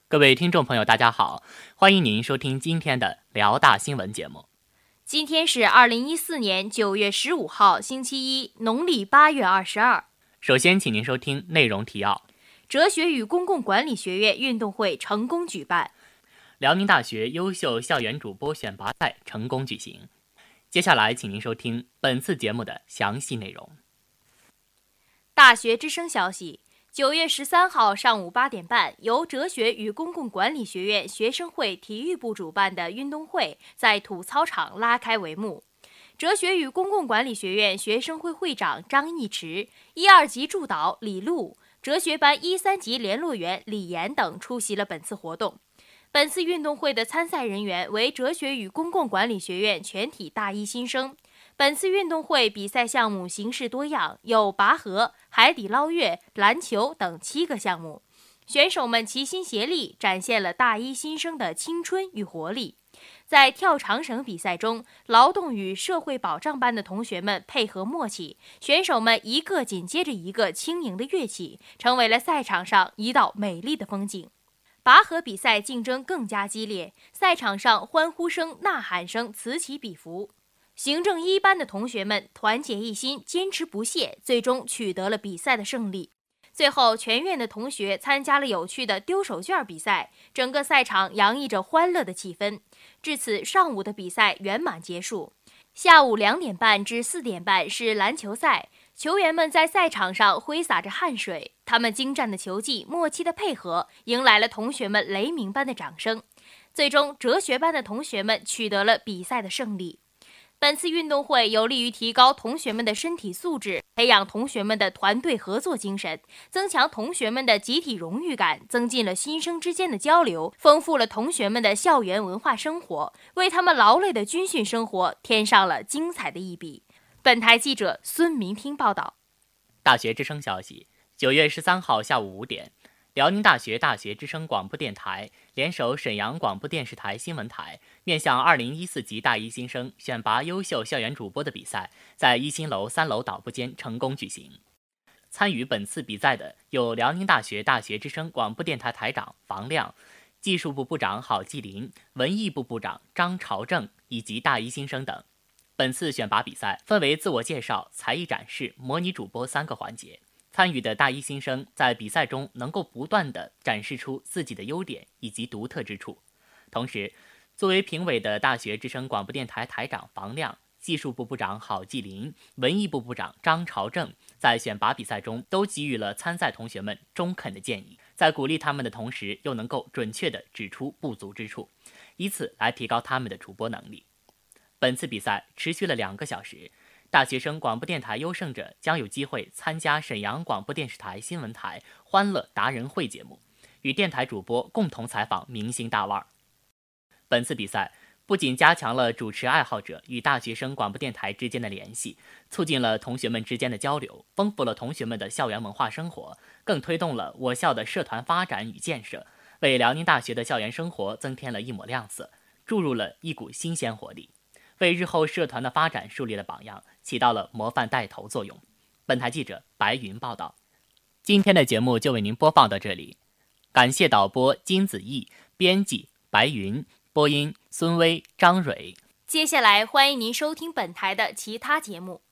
各位听众朋友大家好，欢迎您收听今天的辽大新闻节目。 今天是2014年9月15号星期一，农历8月22。 首先请您收听内容提要。 哲学与公共管理学院运动会成功举办。 辽宁大学优秀校园主播选拔赛成功举行。接下来请您收听本次节目的详细内容。 大学之声消息，9月13号上午8点半，由哲学与公共管理学院学生会体育部主办的运动会在土操场拉开帷幕。哲学与公共管理学院学生会会长张义池、1、2级助导李璐、哲学班1、3级联络员李岩等出席了本次活动。本次运动会的参赛人员为哲学与公共管理学院全体大一新生。本次运动会比赛项目形式多样，有拔河、海底捞月、篮球等7个项目。选手们齐心协力，展现了大一新生的青春与活力。在跳长绳比赛中，劳动与社会保障班的同学们配合默契，选手们一个紧接着一个轻盈的跃起，成为了赛场上一道美丽的风景。拔河比赛竞争更加激烈，赛场上欢呼声、呐喊声此起彼伏。行政一班的同学们团结一心，坚持不懈，最终取得了比赛的胜利。最后，全院的同学参加了有趣的丢手绢比赛，整个赛场洋溢着欢乐的气氛。至此，上午的比赛圆满结束。下午2点半至4点半是篮球赛，球员们在赛场上挥洒着汗水，他们精湛的球技、默契的配合，迎来了同学们雷鸣般的掌声。最终，哲学班的同学们取得了比赛的胜利。本次运动会有利于提高同学们的身体素质，培养同学们的团队合作精神，增强同学们的集体荣誉感，增进了新生之间的交流，丰富了同学们的校园文化生活，为他们劳累的军训生活添上了精彩的一笔。本台记者孙明听报道。 大学之声消息，9月13号下午5点，辽宁大学大学之声广播电台联手沈阳广播电视台新闻台，面向2014级大一新生选拔优秀校园主播的比赛，在一新楼3楼导播间成功举行。参与本次比赛的有辽宁大学大学之声广播电台台长房亮、技术部部长郝继林、文艺部部长张朝正以及大一新生等。本次选拔比赛分为自我介绍、才艺展示、模拟主播3个环节。参与的大一新生在比赛中能够不断地展示出自己的优点以及独特之处。同时，作为评委的大学之声广播电台台长房亮、技术部部长郝继林、文艺部部长张朝正在选拔比赛中都给予了参赛同学们中肯的建议，在鼓励他们的同时，又能够准确地指出不足之处，以此来提高他们的主播能力。本次比赛持续了2个小时。大学生广播电台优胜者将有机会参加沈阳广播电视台新闻台欢乐达人会节目，与电台主播共同采访明星大腕。本次比赛不仅加强了主持爱好者与大学生广播电台之间的联系，促进了同学们之间的交流，丰富了同学们的校园文化生活，更推动了我校的社团发展与建设，为辽宁大学的校园生活增添了一抹亮色，注入了一股新鲜活力，为日后社团的发展树立了榜样，起到了模范带头作用。本台记者白云报道。今天的节目就为您播放到这里，感谢导播金子毅，编辑白云，播音孙威、张蕊。 接下来欢迎您收听本台的其他节目。